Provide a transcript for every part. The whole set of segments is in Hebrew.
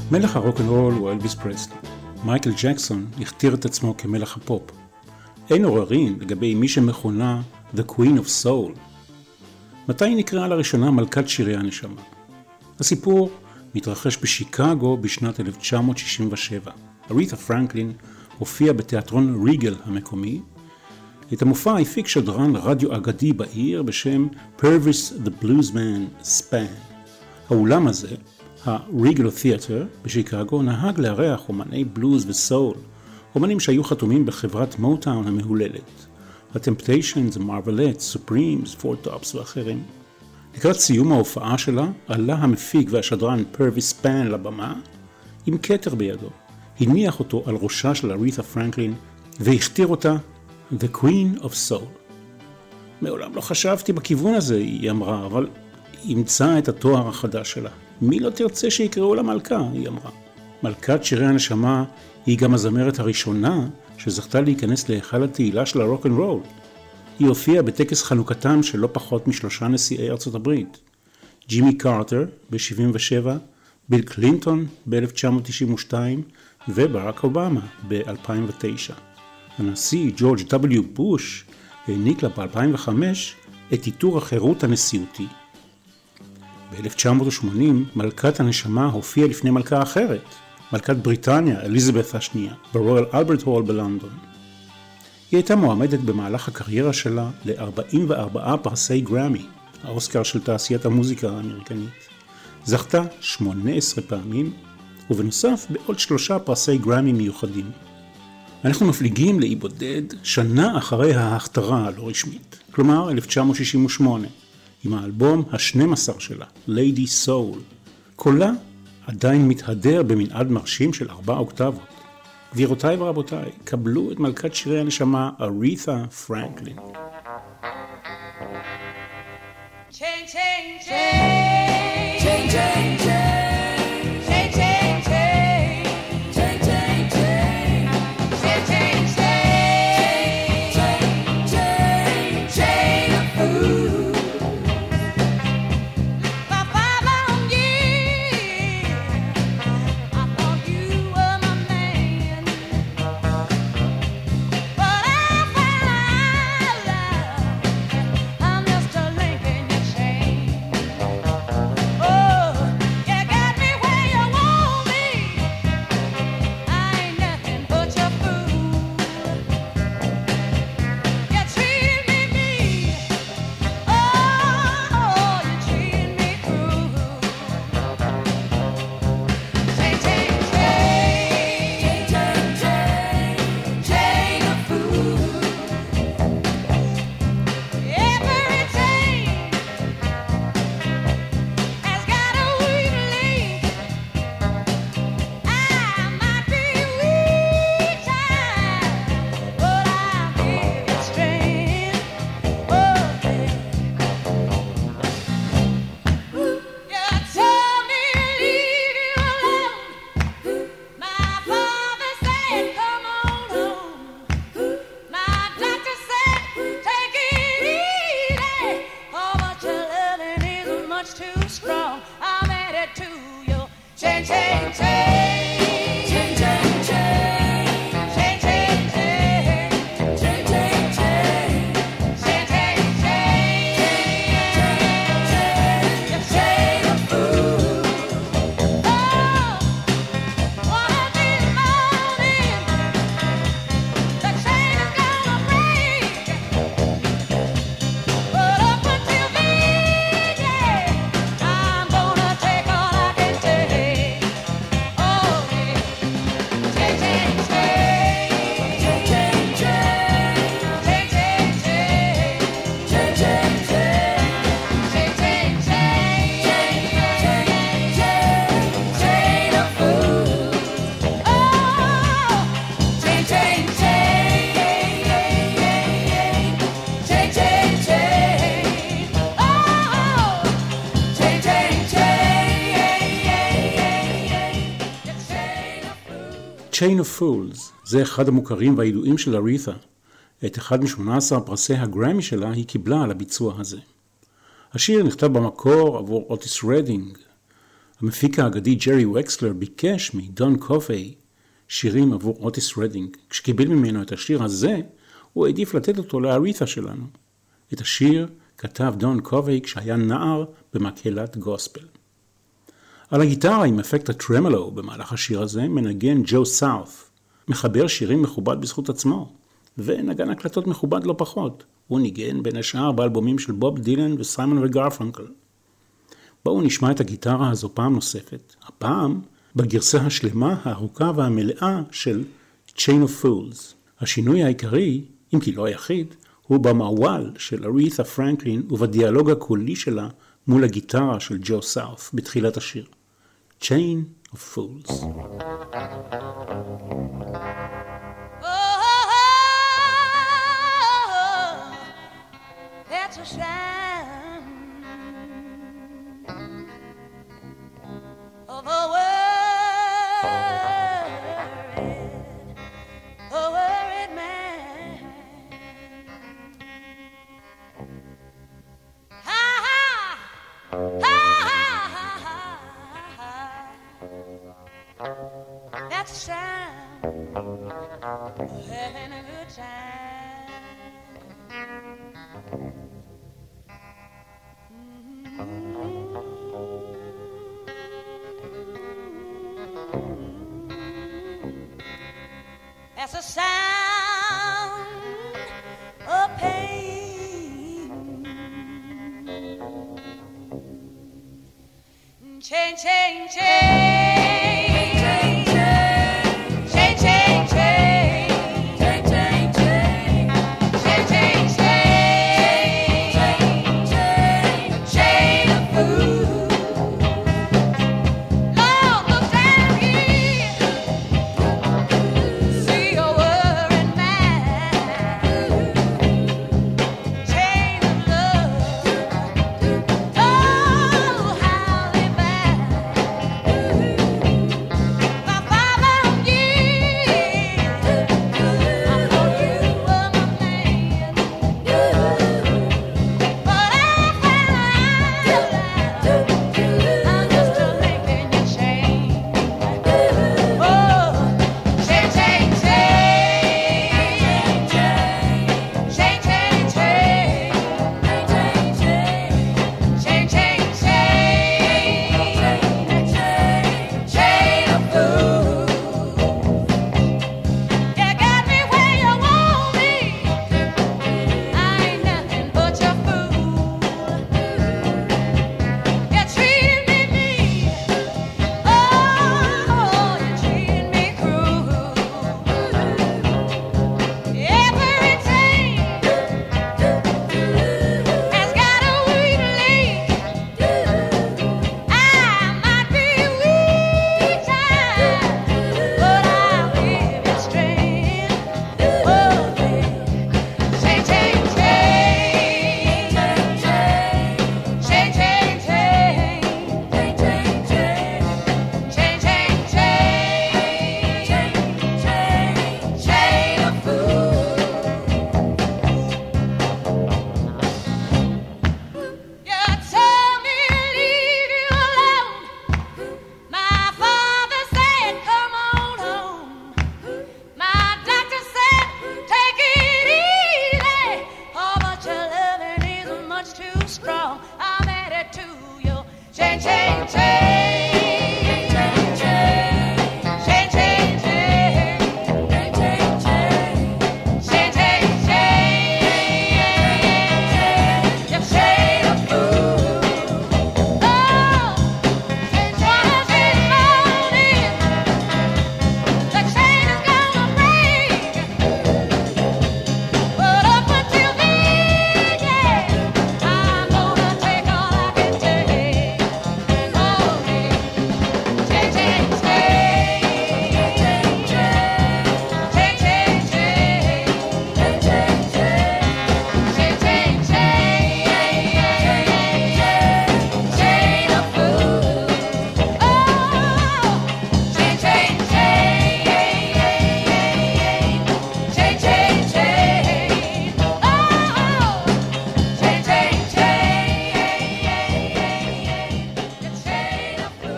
מלך הרוק'נ'רול הוא אלוויס פרסלי. מייקל ג'קסון הכתיר את עצמו כמלך הפופ. אין עוררין לגבי מי שמכונה The Queen of Soul. מתי נקראה לראשונה מלכת שירי הנשמה? הסיפור מתרחש בשיקגו בשנת 1967. אריתה פרנקלין הופיעה בתיאטרון ריגל המקומי. את המופע הפיק שדרן רדיו אגדי בעיר בשם פרוויס the Bluesman Span. האולם הזה, הריגל תיאטר בשיקגו, נהג לארח אומני בלוז וסול, אומנים שהיו חתומים בחברת מוטאון המהוללת, הטמפטיישנס, המרוולט, סופרימס, פור טופס ואחרים. לקראת סיום ההופעה שלה עלה המפיק והשדרן פרוויס ספן לבמה עם כתר בידו, הניח אותו על ראשה של אריתה פרנקלין והכתיר אותה The Queen of Soul. מעולם לא חשבתי בכיוון הזה, היא אמרה, אבל אימצה את התואר החדש שלה. מי לא תרצה שיקראו לה מלכה, היא אמרה. מלכת שירי הנשמה היא גם הזמרת הראשונה שזכתה להיכנס להיכל התהילה של הרוק'נ'רול. היא הופיעה בטקס חנוכתם של לא פחות מ3 נשיאי ארצות הברית. ג'ימי קרטר ב-77, ביל קלינטון ב-1992 וברק אובמה ב-2009. הנשיא ג'ורג' W. בוש העניק לה ב-2005 את עיטור החירות הנשיאותי. ב-1980 מלכת הנשמה הופיעה לפני מלכה אחרת, מלכת בריטניה, אליזבת השנייה, ברויאל אלברט הול בלונדון. היא הייתה מועמדת במהלך הקריירה שלה ל-44 פרסי גרמי, האוסקר של תעשיית המוזיקה האמריקנית. זכתה 18 פעמים, ובנוסף בעוד 3 פרסי גרמי מיוחדים. אנחנו מפליגים לאי בודד שנה אחרי ההכתרה הלא רשמית, כלומר 1968, עם האלבום ה-12 שלה, Lady Soul. קולה עדיין מתהדר במנעד מרשים של 4 אוקטבות. גבירותיי ורבותיי, קבלו את מלכת שירי הנשמה, אריתה פרנקלין. Chain, chain, chain, chain, chain, chain, chain, chain, chain, chain, chain, chain, chain, chain, chain, chain of food. For 5 long years, I thought you were my man, but I found out I'm just a link in your chain. Oh, you got me where you want me. I ain't nothing but your fool. You treated me mean. Oh, you treated me cruel. Chain, chain, chain, chain, chain, chain of food. Every chain has got a weak link. I might be weak, child, but I'll give it strength. Oh, you told me to leave you alone. My father said, come on home. My doctor said, take it easy. Oh, but your loving isn't much too strong. I'm headed to you. Chain, chain, chain. Chain, chain, chain. Chain, chain, chain. Chain, chain, chain. Chain, chain, chain. Your chain of food. Oh, one of these mornings, the chain is gonna break. But up until then, yeah, I'm gonna take all I can take. Oh, yeah. Chain, chain, chain. Chain, chain, chain. Chain, chain, chain. Chain, chain, chain. Chain, chain, chain. Chain of food. Oh, chain, chain, chain. Chain, chain, chain. Oh, chain, chain, chain. Chain of Fools זה אחד המוכרים והידועים של אריתה. את אחד מ-18 פרסי הגרמי שלה היא קיבלה על הביצוע הזה. השיר נכתב במקור עבור אוטיס רדינג. המפיק האגדי ג'רי וקסלר ביקש מדון קובי שירים עבור אוטיס רדינג. כשקיבל ממנו את השיר הזה, הוא העדיף לתת אותו לאריתה שלנו. את השיר כתב דון קובי כשהיה נער במקהלת גוספל. על הגיטרה עם אפקט הטרמלו במהלך השיר הזה מנגן ג'ו סאוף, מחבר שירים מכובד בזכות עצמו, ונגן הקלטות מכובד לא פחות. הוא ניגן בין השאר באלבומים של בוב דילן וסיימון וגרפונקל. בואו נשמע את הגיטרה הזו פעם נוספת, הפעם בגרסה השלמה, הארוכה והמלאה של Chain of Fools. השינוי העיקרי, אם כי לא היחיד, הוא במעוול של אריתה פרנקלין ובדיאלוג הקולי שלה מול הגיטרה של ג'ו סאוף בתחילת השיר. Chain of Fools. That's a sign of a worried man. Ha ha ha ha ha. That's a sign of having a good time. That's a sound of pain. Chain, chain, chain.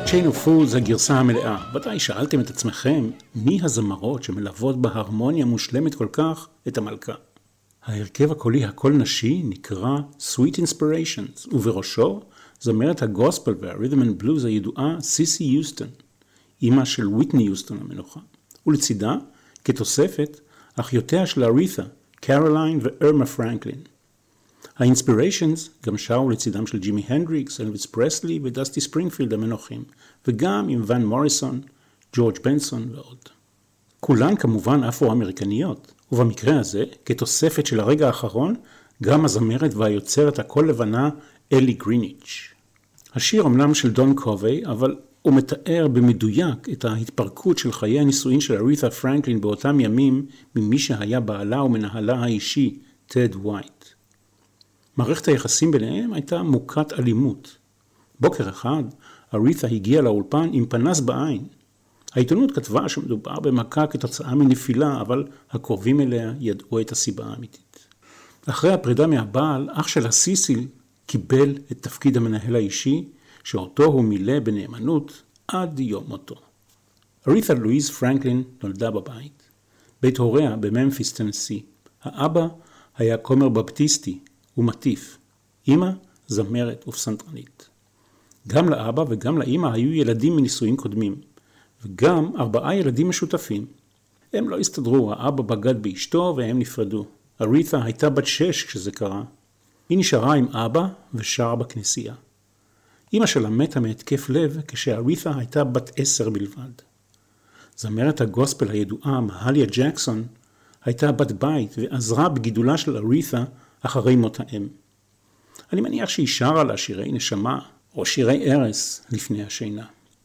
Chain of Fools הגרסה המלאה. ודאי שאלתם את עצמכם מי הזמרות שמלוות בהרמוניה מושלמת כל כך את המלכה. ההרכב הקולי הקול נשי נקרא Sweet Inspirations, ובראשו זמרת הגוספל והרית'ם אנד בלוז הידועה סיסי יוסטון, אמא של וויטני יוסטון המנוחה, ולצידה כתוספת אחיותיה של ארית'ה, קרוליין וארמה פרנקלין. האינספיריישנס גם שרו לצידם של ג'ימי הנדריקס, אלוויס פרסלי ודסטי ספרינגפילד המנוחים, וגם עם ון מוריסון, ג'ורג' בנסון ועוד. כולן כמובן אפרו-אמריקניות, ובמקרה הזה, כתוספת של הרגע האחרון, גם הזמרת והיוצרת הכל לבנה אלי גריניץ'. השיר אמנם של דון קובי, אבל הוא מתאר במדויק את ההתפרקות של חיי הנישואין של ארית'ה פרנקלין באותם ימים ממי שהיה בעלה ומנהלה האישי, טד ווייט. מערכת היחסים ביניהם הייתה מוכת אלימות. בוקר אחד, ארית'ה הגיעה לאולפן עם פנס בעין. העיתונות כתבה שמדובר במכה כתוצאה מנפילה, אבל הקרובים אליה ידעו את הסיבה האמיתית. אחרי הפרידה מהבעל, אח שלה סיסיל קיבל את תפקיד המנהל האישי, שאותו הוא מילא בנאמנות עד יום מותו. ארית'ה לואיז פרנקלין נולדה בבית. בית הוריה בממפיס, טנסי. האבא היה כומר בפטיסטי ומטיף. אמא זמרת ופסנתרנית. גם לאבא וגם לאמא היו ילדים מנישואים קודמים, וגם 4 ילדים משותפים. הם לא הסתדרו, האבא בגד באשתו והם נפרדו. ארית'ה הייתה בת 6 כשזה קרה. היא נשארה עם אבא ושרה בכנסייה. אמא שלה מתה מהתקף לב כשארית'ה הייתה בת 10 בלבד. זמרת הגוספל הידועה מהליה ג'קסון הייתה בת בית ועזרה בגידולה של ארית'ה אחרי מות האם. אני מניח שהיא שרה לה שירי נשמה או שירי ערש לפני השינה.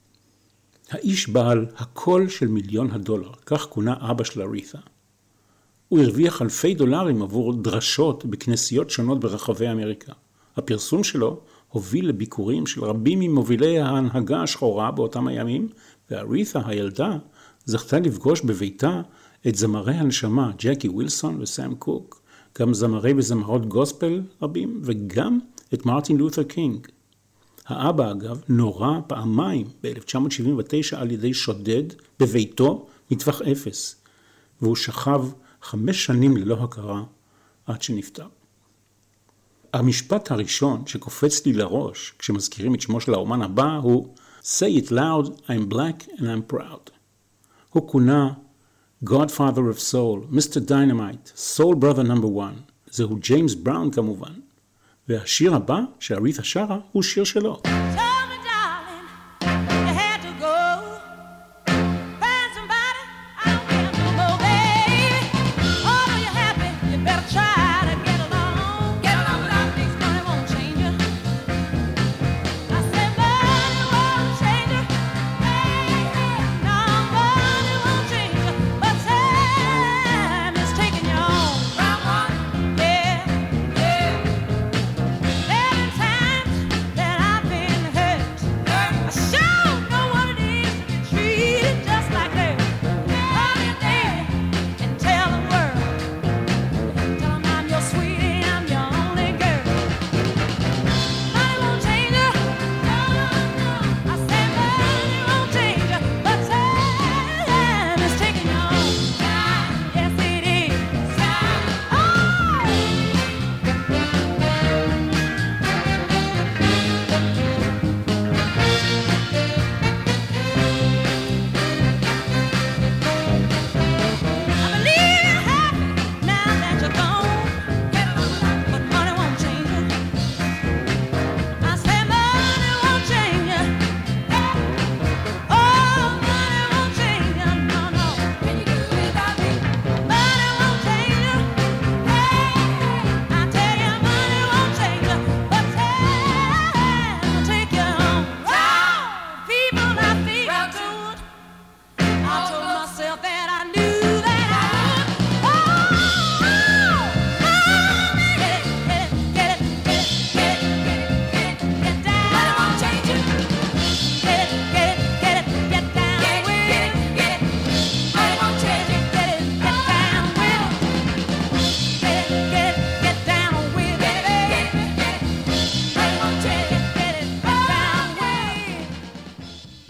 האיש בעל הקול של $1,000,000, כך כונה אבא של ארית'ה. הוא הרוויח אלפי דולרים עבור דרשות בכנסיות שונות ברחבי אמריקה. הפרסום שלו הוביל לביקורים של רבים ממובילי ההנהגה השחורה באותם הימים, וארית'ה הילדה זכתה לפגוש בביתה את זמרי הנשמה ג'קי ווילסון וסם קוק, גם זמרי וזמרות גוספל רבים, וגם את מרטין לותר קינג. האבא אגב נורה פעמיים ב-1979 על ידי שודד בביתו מטווח 0, והוא שכב 5 שנים ללא הכרה עד שנפטר. המשפט הראשון שקופץ לי לראש כשמזכירים את שמו של האומן הבא הוא Say it loud, I'm black and I'm proud. הוא כונה Godfather of Soul, Mr. Dynamite, Soul Brother No. 1. זהו ג'יימס בראון כמובן. והשיר הבא שארית'ה שרה הוא שיר שלו. Been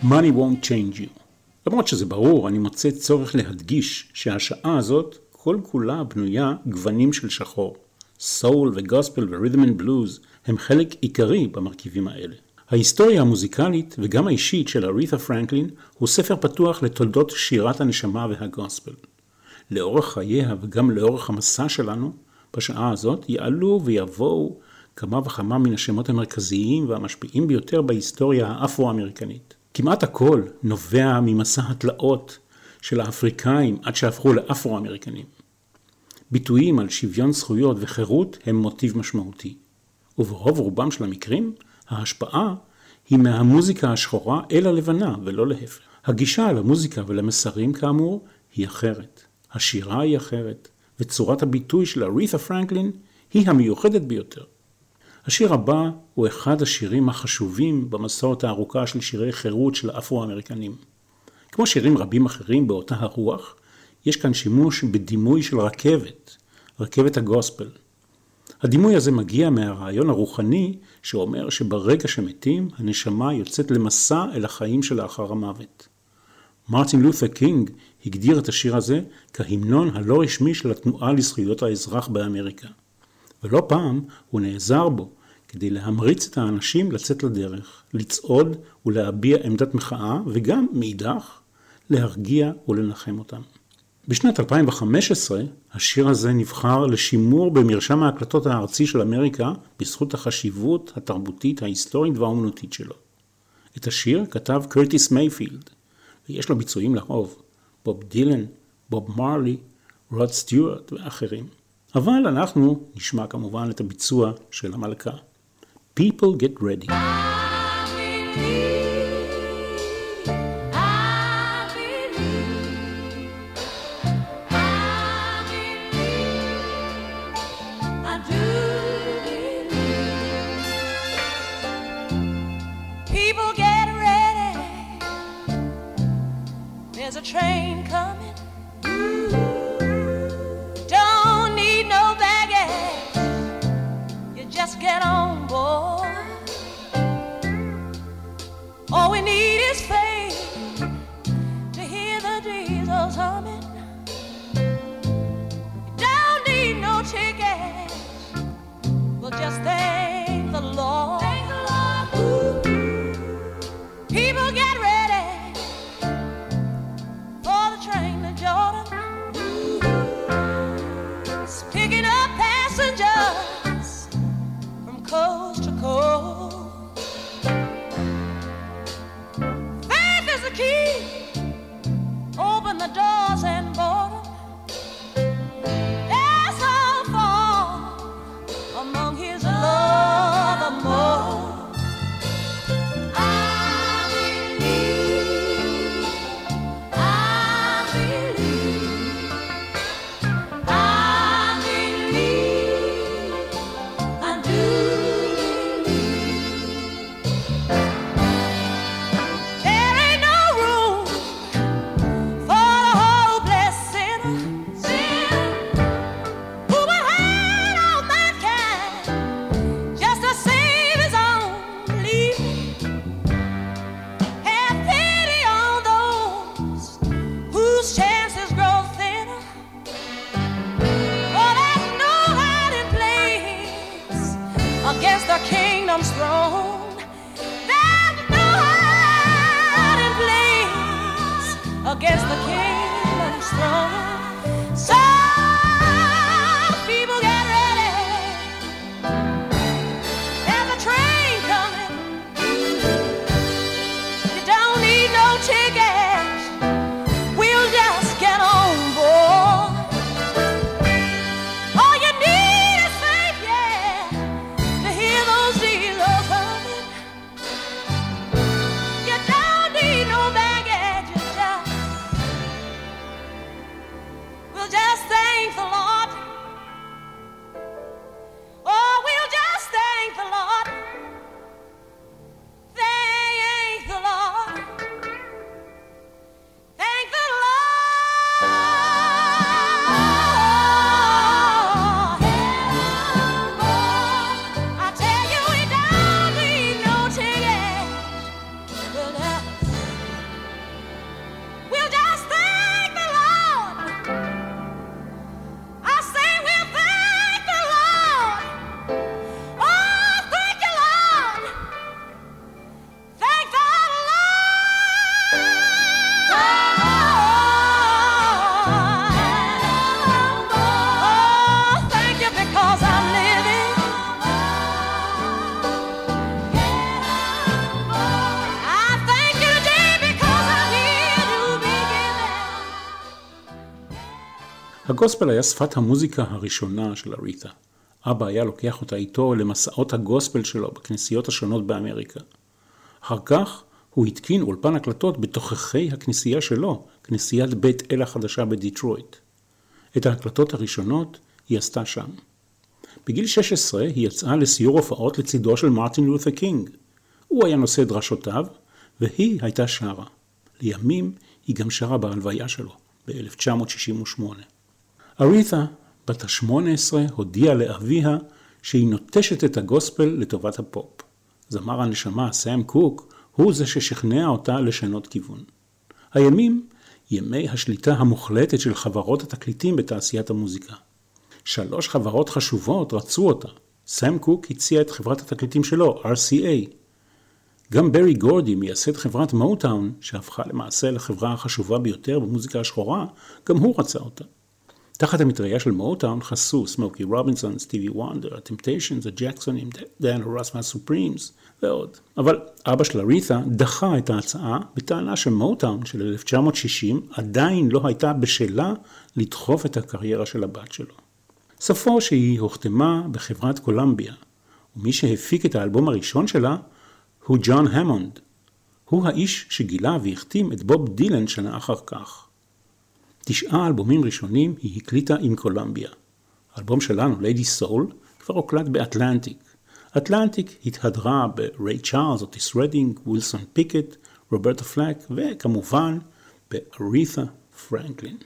Money won't change you. למרות שזה ברור, אני מוצא צורך להדגיש שהשעה הזאת כל כולה בנויה גוונים של שחור. סול וגוספל ורית'ם אנד בלוז הם חלק עיקרי במרכיבים האלה. ההיסטוריה המוזיקלית וגם האישית של ארית'ה פרנקלין הוא ספר פתוח לתולדות שירת הנשמה והגוספל. לאורך חייה וגם לאורך המסע שלנו, בשעה הזאת יעלו ויבואו כמה וכמה מן השמות המרכזיים והמשפיעים ביותר בהיסטוריה האפרו-אמריקנית. כמעט הכל נובע ממסע התלאות של האפריקאים עד שהפכו לאפרו-אמריקנים. ביטויים על שוויון זכויות וחירות הם מוטיב משמעותי. וברוב רובם של המקרים, ההשפעה היא מהמוזיקה השחורה אל הלבנה ולא להפך. הגישה על המוזיקה ולמסרים כאמור היא אחרת. השירה היא אחרת, וצורת הביטוי של ארית'ה פרנקלין היא המיוחדת ביותר. השיר הבא הוא אחד השירים החשובים במסורת הארוכה של שירי חירות של האפרו-אמריקנים. כמו שירים רבים אחרים באותה הרוח, יש כאן שימוש בדימוי של רכבת הגוספל. הדימוי הזה מגיע מהרעיון הרוחני שאומר שברגע שמתים, הנשמה יוצאת למסע אל החיים שלאחר המוות. מרטין לותר קינג הגדיר את השיר הזה כהמנון הלא רשמי של התנועה לזכויות האזרח באמריקה. ולא פעם הוא נעזר בו כדי להמריץ את האנשים לצאת לדרך, לצעוד ולהביע עמדת מחאה וגם מאידך להרגיע ולנחם אותם. בשנת 2015 השיר הזה נבחר לשימור במרשם ההקלטות הארצי של אמריקה בזכות החשיבות התרבותית, ההיסטורית והאומנותית שלו. את השיר כתב קרטיס מייפילד, ויש לו ביצועים לרוב, בוב דילן, בוב מרלי, רוד סטיוארט ואחרים. אבל אנחנו נשמע כמובן את הביצוע של המלכה. People get ready. There's a train coming. Don't need no baggage. You just get on board. All we need is faith to hear the diesels humming. Don't need no tickets. We'll just thank the Lord. Thank the Lord. People get ready. Train to Jordan, it's picking up passengers from coast to coast. Faith is the key, open the doors and board them. That's all for among his love the most. Against the kingdom's throne, הגוספל היה שפת המוזיקה הראשונה של אריתה. אבא היה לוקח אותה איתו למסעות הגוספל שלו בכנסיות השונות באמריקה. אחר כך הוא התקין אולפן הקלטות בתוככי הכנסייה שלו, כנסיית בית אל החדשה בדיטרויט. את ההקלטות הראשונות היא עשתה שם. בגיל 16 היא יצאה לסיור הופעות לצידו של מרטין לותר קינג. הוא היה נושא דרשותיו, והיא הייתה שרה. לימים היא גם שרה בהלוויה שלו, ב-1968. אריתה, בת ה-18, הודיעה לאביה שהיא נוטשת את הגוספל לטובת הפופ. זמר הנשמה, סאם קוק, הוא זה ששכנע אותה לשנות כיוון. הימים, ימי השליטה המוחלטת של חברות התקליטים בתעשיית המוזיקה. 3 חברות חשובות רצו אותה. סאם קוק הציע את חברת התקליטים שלו, RCA. גם ברי גורדי, מייסד חברת מוטאון, שהפכה למעשה לחברה החשובה ביותר במוזיקה השחורה, גם הוא רצה אותה. תחת המטריה של מוטאון חסו סמוקי רובינסון, סטיבי וונדר, הטמפטיישנס, הג'קסונים, דיאנה רוס והסופרימס ועוד. אבל אבא של אריתה דחה את ההצעה בטענה שמוטאון של 1960 עדיין לא הייתה בשלה לדחוף את הקריירה של הבת שלו. סופו שהיא הוחתמה בחברת קולומביה, ומי שהפיק את האלבום הראשון שלה הוא ג'ון המונד. הוא האיש שגילה והחתים את בוב דילן שנה אחר כך. 9 אלבומים ראשונים היא הקליטה עם קולומביה. האלבום שלנו, ליידי סול, כבר הוקלט באטלנטיק. אטלנטיק התהדרה בריי צ'ארלס, אוטיס רדינג, ווילסון פיקט, רוברטה פלק, וכמובן באריתה פרנקלין.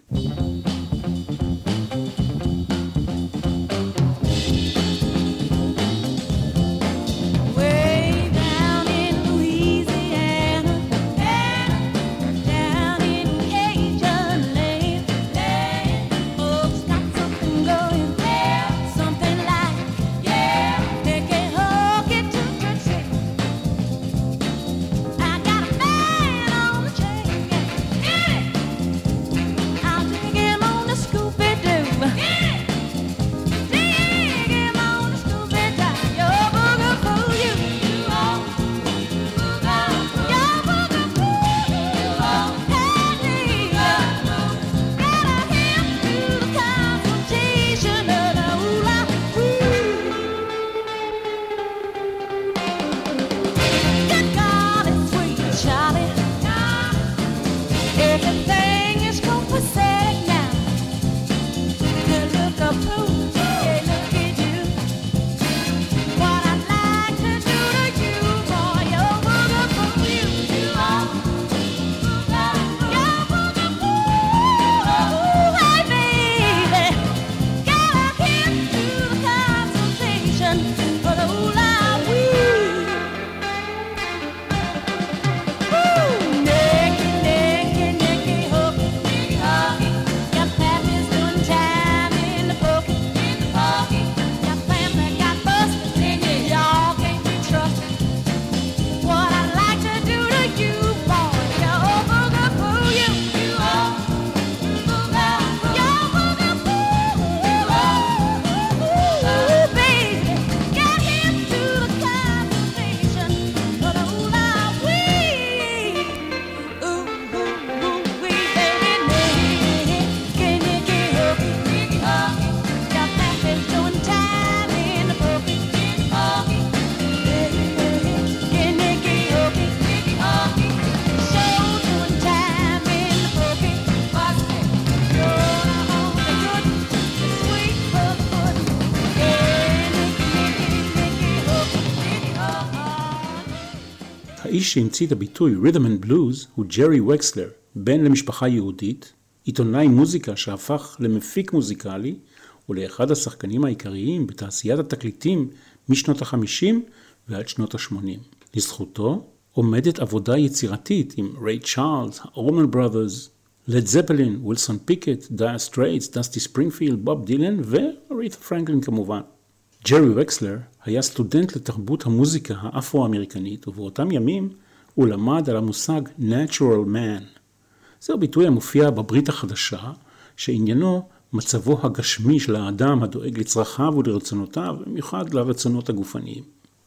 האיש שהמציא את הביטוי Rhythm and Blues הוא ג'רי וקסלר, בן למשפחה יהודית, עיתונאי מוזיקה שהפך למפיק מוזיקלי ולאחד השחקנים העיקריים בתעשיית התקליטים משנות ה-50 ועד שנות ה-80. לזכותו עומדת עבודה יצירתית עם ריי צ'ארלס, האורמן בראדרס, לד זפלין, ווילסון פיקט, דייר סטרייטס, דסטי ספרינגפילד, בוב דילן ואריתה פרנקלין כמובן. ג'רי וקסלר היה סטודנט לתרבות המוזיקה האפרו-אמריקנית, ובאותם ימים הוא למד על המושג Natural Man. זהו ביטוי המופיע בברית החדשה, שעניינו מצבו הגשמי של האדם הדואג לצרכיו ולרצונותיו, במיוחד לרצונות הגופניים.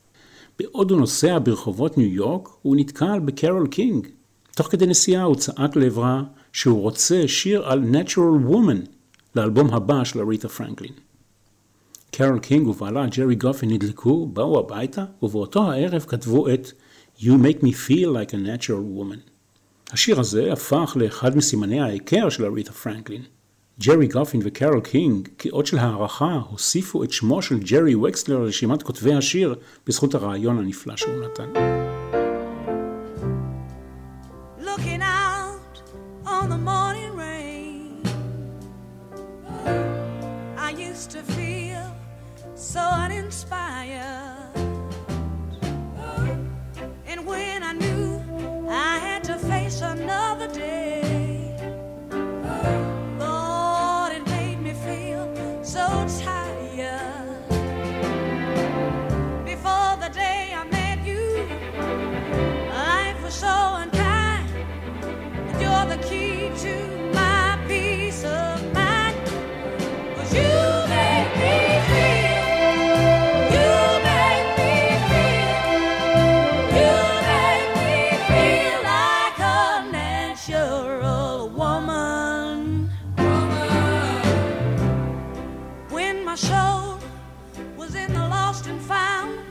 בעוד הוא נוסע ברחובות ניו יורק, הוא נתקל בקרול קינג. תוך כדי נסיעה הוא צעק לעברה שהוא רוצה שיר על Natural Woman, לאלבום הבא של אריתה פרנקלין. קרול קינג ובעלה ג'רי גופין נדלקו, באו הביתה, ובאותו הערב כתבו את You Make Me Feel Like a Natural Woman. השיר הזה הפך לאחד מסימני העיקר של אריתה פרנקלין. ג'רי גופין וקרול קינג, כאות של הערכה, הוסיפו את שמו של ג'רי וקסלר לרשימת כותבי השיר בזכות הרעיון הנפלא שהוא נתן. Looking out on the morning rain, I used to feel so uninspired, and when I knew I had to face another day, Lord, it made me feel so tired. Before the day I met you, life was so unkind, and you're the key to my peace of mind, 'cause you make me feel, you make me feel, you make me feel like a natural woman. When my soul was in the lost and found,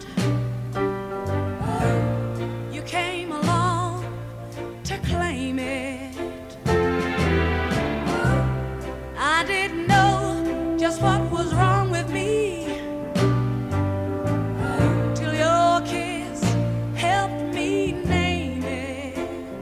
you came along to claim it. I didn't know just what was wrong with me, till your kiss helped me name it.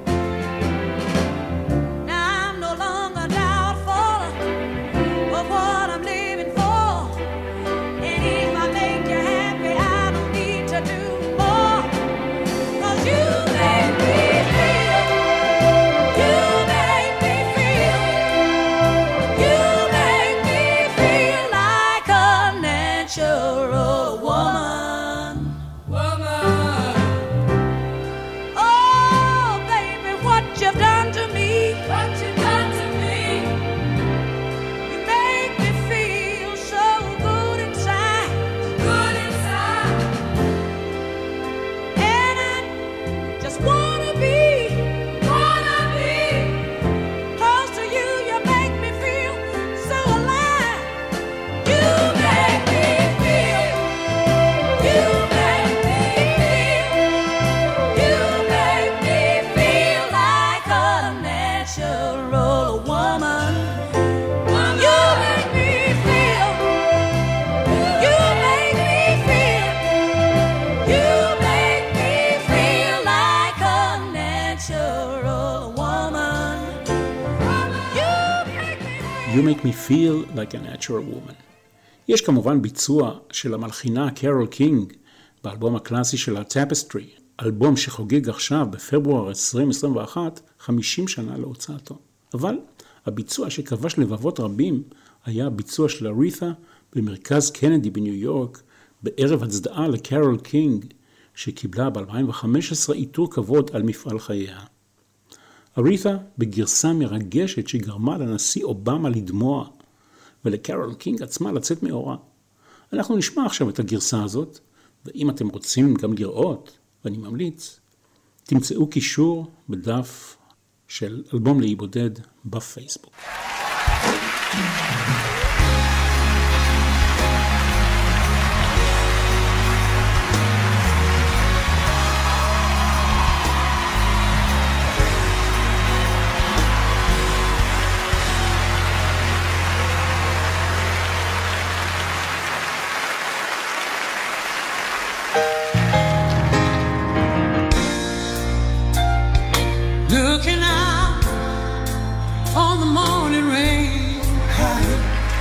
Now I'm no longer doubtful of what I'm living for, and if I make you happy, I don't need to do more, 'cause you make me feel, you make me feel, you make me feel like a natural woman. Oh, baby, what you've done to me, what you've done to me, you make me feel so good inside, and I just wanna be close to you. You make me feel so alive. You make me feel, you make me feel, you make me feel like a natural woman. You make me feel, you make me feel, you make me feel like a natural woman. You Make Me Feel Like a Natural Woman. יש כמובן ביצוע של המלחינה קרול קינג באלבום הקלאסי של הטפסטרי, אלבום שחוגג עכשיו בפברואר 2021 50 שנה להוצאתו. אבל הביצוע שכבש לבבות רבים היה הביצוע של אריתה במרכז קנדי בניו יורק בערב הצדעה לקרול קינג, שקיבלה ב-2015 עיטור כבוד על מפעל חייה. אריתה בגרסה מרגשת שגרמה לנשיא אובמה לדמוע ולקרול קינג עצמה לצאת מאורה. אנחנו נשמע עכשיו את הגרסה הזאת, ואם אתם רוצים גם לראות, ואני ממליץ, תמצאו קישור בדף של אלבום לאי בודד בפייסבוק. Looking out on the morning rain,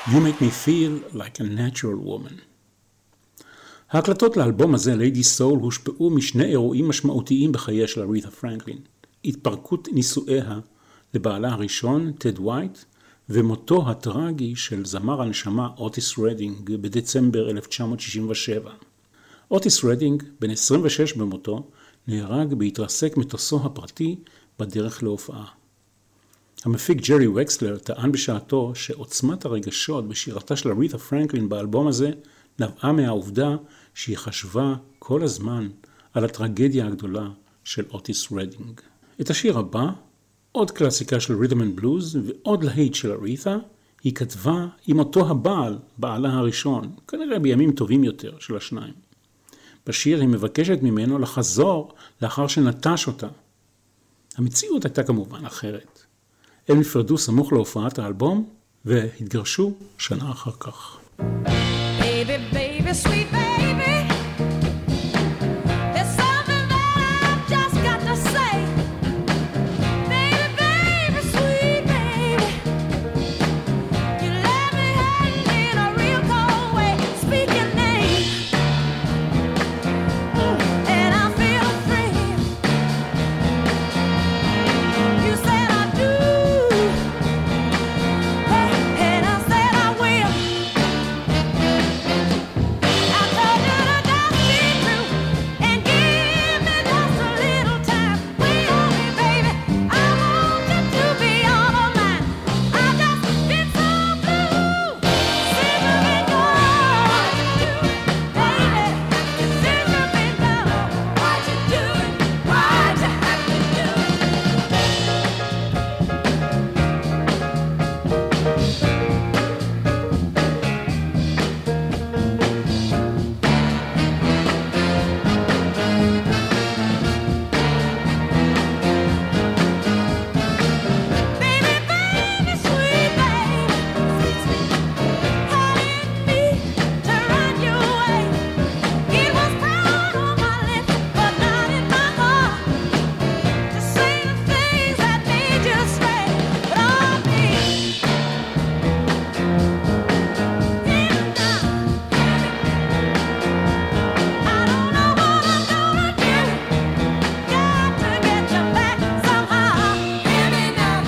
You Make Me Feel Like a Natural Woman. ההקלטות לאלבום הזה, Lady Soul, הושפעו משני אירועים משמעותיים בחייה של אריתה פרנקלין. התפרקות נישואיה לבעלה הראשון, טד ווייט, ומותו הטרגי של זמר הנשמה אוטיס רדינג בדצמבר 1967. אוטיס רדינג, בן 26 במותו, נהרג בהתרסק מטוסו הפרטי בדרך להופעה. המפיק ג'רי וקסלר טען בשעתו שעוצמת הרגשות בשירתה של אריתה פרנקלין באלבום הזה נבעה מהעובדה שהיא חשבה כל הזמן על הטרגדיה הגדולה של אוטיס רדינג. את השיר הבא, עוד קלאסיקה של רית'ם אנד בלוז ועוד להיט של אריתה, היא כתבה עם אותו הבעל, בעלה הראשון, כנראה בימים טובים יותר של השניים. בשיר היא מבקשת ממנו לחזור לאחר שנטש אותה. המציאות הייתה כמובן אחרת. הם נפרדו סמוך להופעת האלבום והתגרשו שנה אחר כך. Baby, baby, sweet baby, there's something that I've just got to say. Baby, baby, sweet baby, you let me hang in a real cold way. Speak your name, and I feel afraid. You said I do, and I said I will. I told you to just be true and give me just a little time. Wait on me, baby. I want you to be all of mine. I've just been so blue since you've been gone. Baby, since you've been gone, why'd you do it? Why'd you have to do it? Baby, baby, sweet baby, how did me to run you away? It was proud on my lips, but not in my heart. To say the things that made you stay, but on me. I don't know what I'm gonna do. Got to get you back somehow. Hear me now.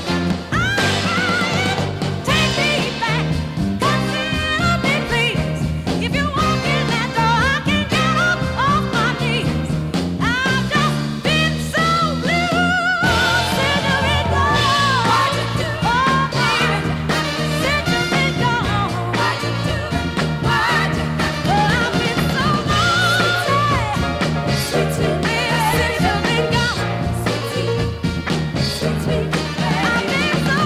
Take me back. Consider me, please. If you walk in that door, I can get up off my knees. I've just been so blue since you've been gone. Why'd you do it? Oh, baby, since you've been gone. Why'd you do it? Why'd you? Well, I've been so lonely. Sweet, sweet baby, since you've been gone. Sweet, sweet, sweet, sweet baby. I've been so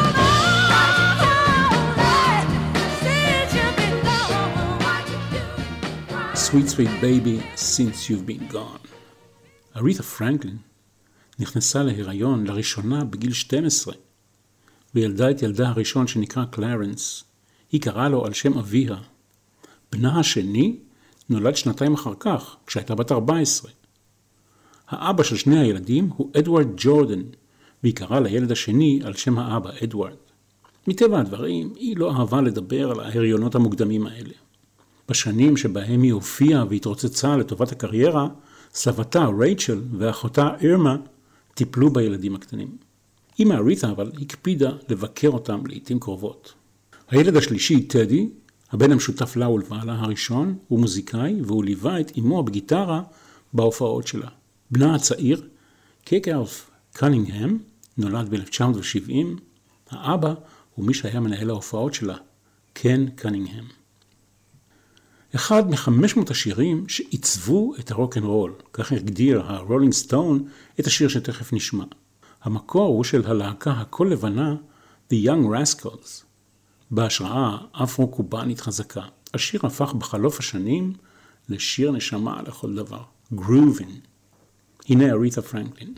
lonely since you've been gone. Why'd you do it? Sweet Sweet Baby, Since You've Been Gone. אריתה פרנקלין נכנסה להיריון לראשונה בגיל 12 וילדה את ילדה הראשון שנקרא קלרנס. היא קראה לו על שם אביה. בנה השני נולד שנתיים אחר כך, כשהייתה בת 14. האבא של שני הילדים הוא אדוארד ג'ורדן, והיא קראה לילד השני על שם האבא, אדוארד. מטבע הדברים, היא לא אהבה לדבר על ההריונות המוקדמים האלה. בשנים שבהם היא הופיעה והתרוצצה לטובת הקריירה, סבתה רייצ'ל ואחותה אירמה טיפלו בילדים הקטנים. אמא אריתה אבל הקפידה לבקר אותם לעתים קרובות. הילד השלישי, טדי, הבן המשותף לה ולבעלה הראשון, הוא מוזיקאי והוא ליווה את אמו בגיטרה בהופעות שלה. בנה הצעיר, קייקאוף קנינגהם, נולד ב-1970. האבא הוא מי שהיה מנהל ההופעות שלה, קן קנינגהם. אחד מ-500 השירים שעיצבו את הרוק'נ'רול, כך הגדיר הרולינג סטון את השיר שתכף נשמע. המקור הוא של הלהקה הכל לבנה, The Young Rascals, בהשראה אפרו-קובנית חזקה. השיר הפך בחלוף השנים לשיר נשמה לכל דבר, Groovin'. הנה אריתה פרנקלין.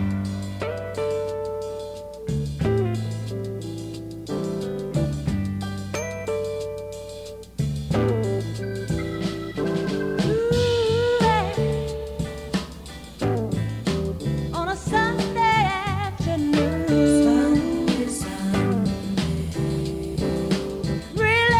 On a Sunday afternoon, really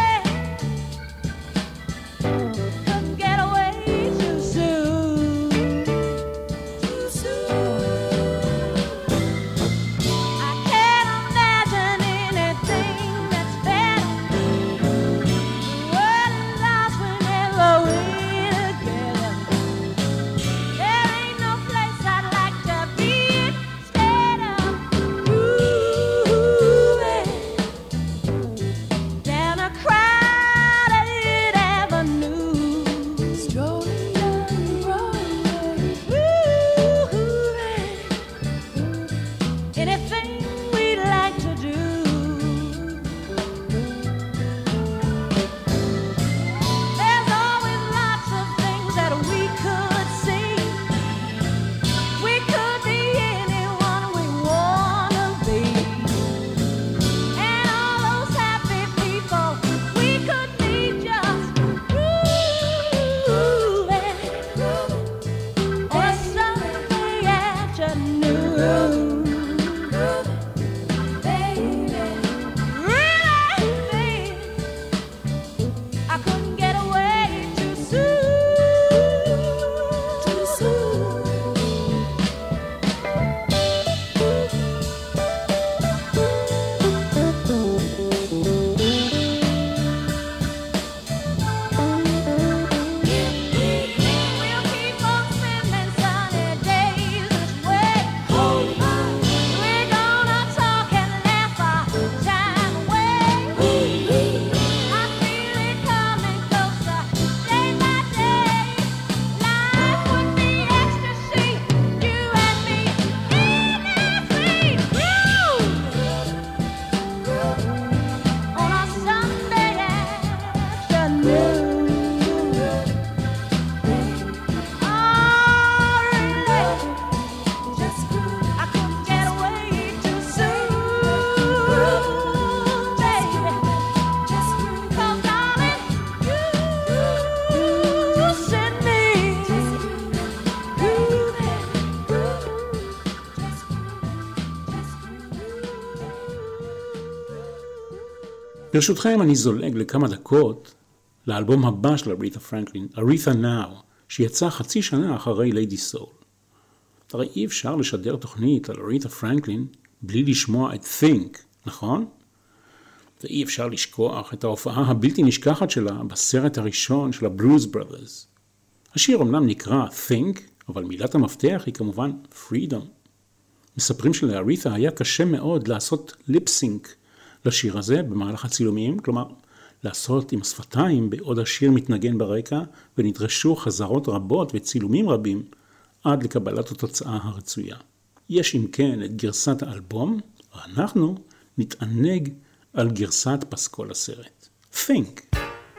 ברשותכם אני זולג לכמה דקות לאלבום הבא של אריתה פרנקלין, אריתה נאו, שיצא חצי שנה אחרי ליידי סול. הרי אי אפשר לשדר תוכנית על אריתה פרנקלין בלי לשמוע את Think, נכון? ואי אפשר לשכוח את ההופעה הבלתי נשכחת שלה בסרט הראשון של הבלוז בראדרס. השיר אומנם נקרא Think, אבל מילת המפתח היא כמובן Freedom. מספרים שלאריתה היה קשה מאוד לעשות ליפסינק לשיר הזה במהלך הצילומים, כלומר לעשות עם השפתיים בעוד השיר מתנגן ברקע, ונדרשו חזרות רבות וצילומים רבים עד לקבלת התוצאה הרצויה. יש אם כן את גרסת האלבום, ואנחנו נתענג על גרסת פסקול הסרט. Think.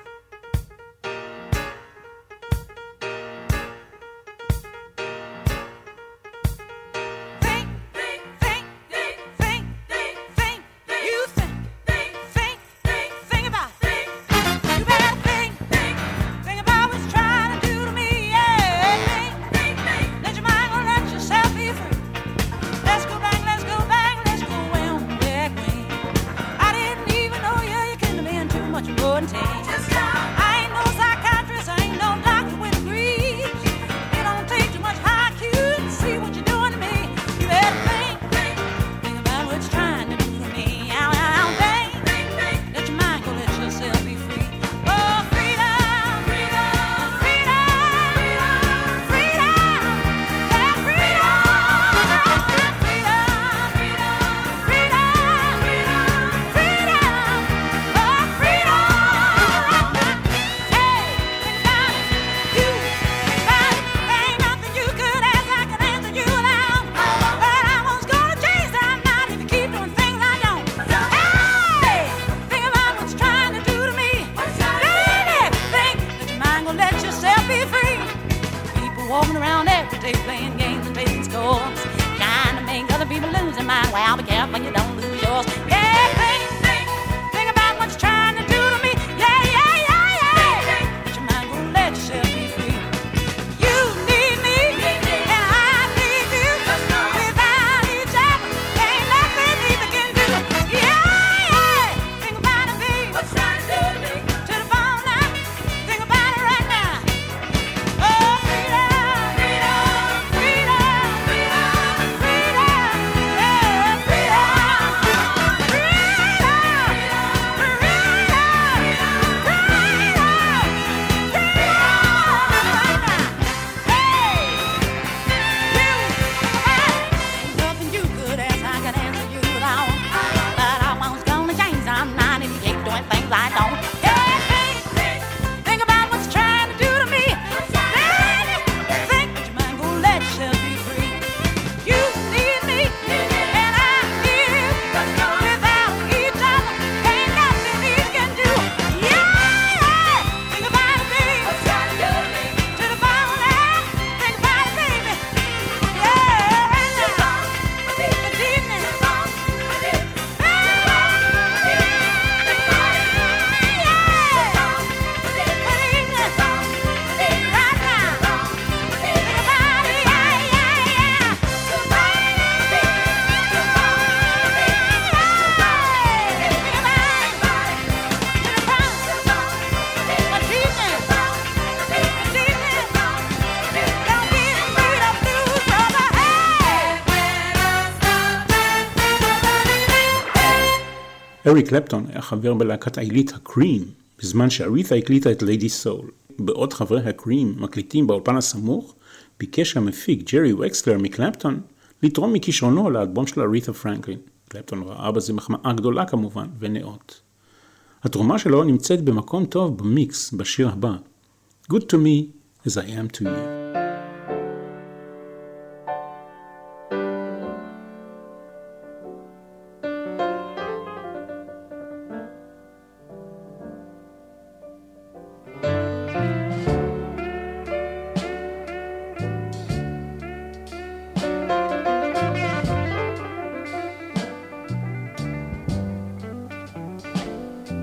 אריק קלפטון היה חבר בלהקת העילית הקרים, בזמן שאריתה הקליטה את ליידי סול. בעוד חברי הקרים מקליטים באולפן הסמוך, ביקש המפיק ג'רי וקסלר מקלפטון לתרום מכישרונו לאלבום של אריתה פרנקלין. קלפטון ראה בזה מחמאה גדולה כמובן, ונאות. התרומה שלו נמצאת במקום טוב במיקס בשיר הבא, Good to me as I am to you.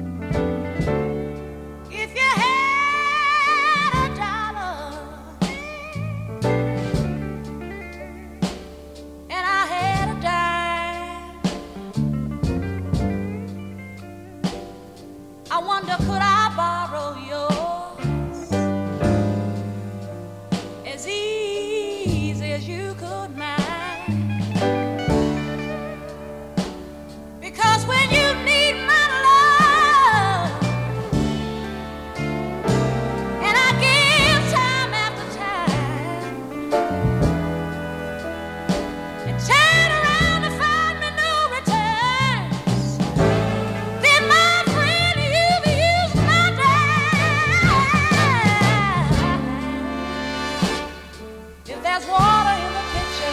If you had $1 wonder, could I borrow yours as easy as you could mine? Because when you need my love, and I give time after time, and turn around to find me no returns, then my friend, you've used my time. If there's water in the pitcher,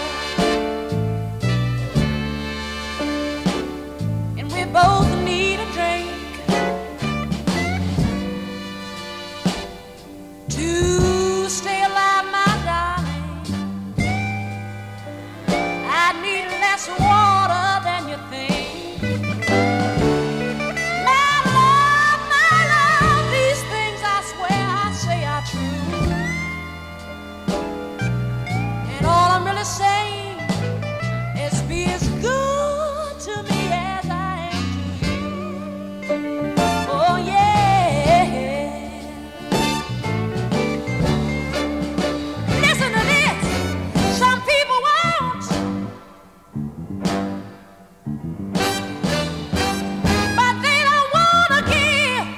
and we both need a drink, to stay alive, my darling, I need less water than you think. My love, these things I swear I say are true. And all I'm really saying is be as good to me as I am to you. Oh yeah. Listen to this. Some people won't, but they don't wanna give.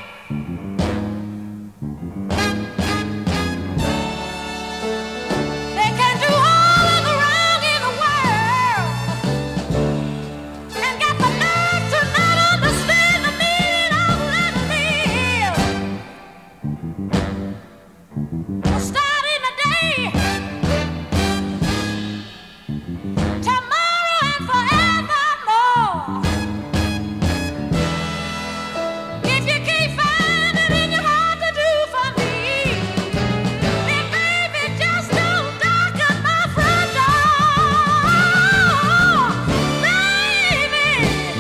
They can do all of the wrong in the world and got the nerve to not understand the meaning of living. Starting today, tomorrow and forevermore. If you can't find it in your heart to do for me, then baby, just don't darken my front door. Baby,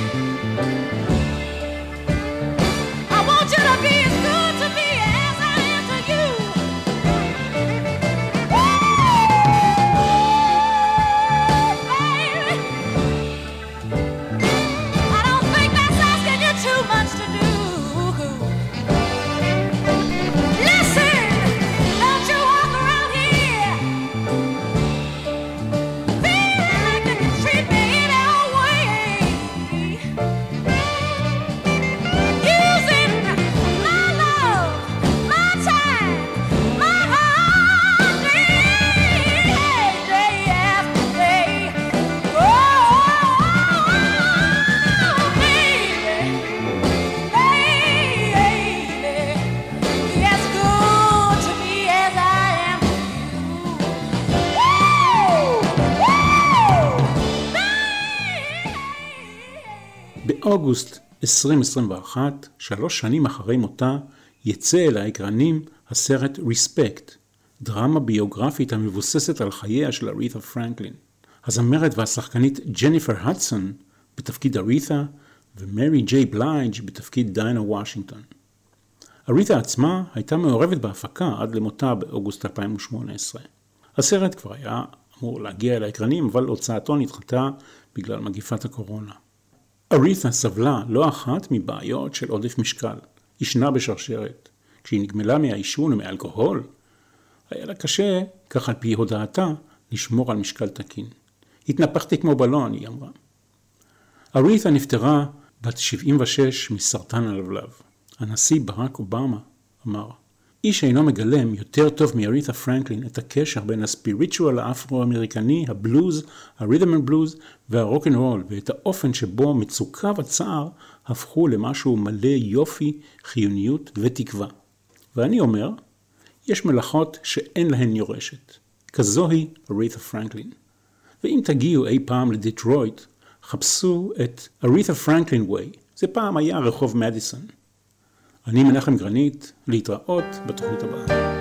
I want you to be as good to me as I am to you. Baby, I don't think that's asking you too much to do. Listen, don't you walk around here feeling like you can treat me any old way. Using my love, my time, my heart, day after day. Oh, baby, be as good to me as I am to you. באוגוסט 2021, 3 שנים אחרי מותה, יצא אל האקרנים הסרט Respect, דרמה ביוגרפית המבוססת על חייה של אריתה פרנקלין. הזמרת והשחקנית ג'ניפר הדסון בתפקיד אריתה, ומרי ג'יי בלייג' בתפקיד דיינה וושינגטון. אריתה עצמה הייתה מעורבת בהפקה עד למותה באוגוסט 2018. הסרט כבר היה אמור להגיע אל האקרנים, אבל הוצאתו נדחתה בגלל מגיפת הקורונה. אריתה סבלה לא אחת מבעיות של עודף משקל, ישנה בשרשרת. כשהיא נגמלה מהעישון ומאלכוהול, היה לה קשה, כך על פי הודעתה, לשמור על משקל תקין. התנפחתי כמו בלון, היא אמרה. אריתה נפטרה בת 76 מסרטן הלבלב. הנשיא ברק אובמה אמר, איש אינו מגלם יותר טוב מאריתה פרנקלין את הקשר בין הספיריטואל האפרו-אמריקני, הבלוז, הרית'ם אנד בלוז והרוק'נ'רול, ואת האופן שבו מצוקה וצער הפכו למשהו מלא יופי, חיוניות ותקווה. ואני אומר, יש מלאכות שאין להן יורשת. כזוהי אריתה פרנקלין. ואם תגיעו אי פעם לדיטרויט, חפשו את אריתה פרנקלין ווי. זה פעם היה רחוב מדיסון. אני מנחם גרנית, להתראות בתוכנית הבאה.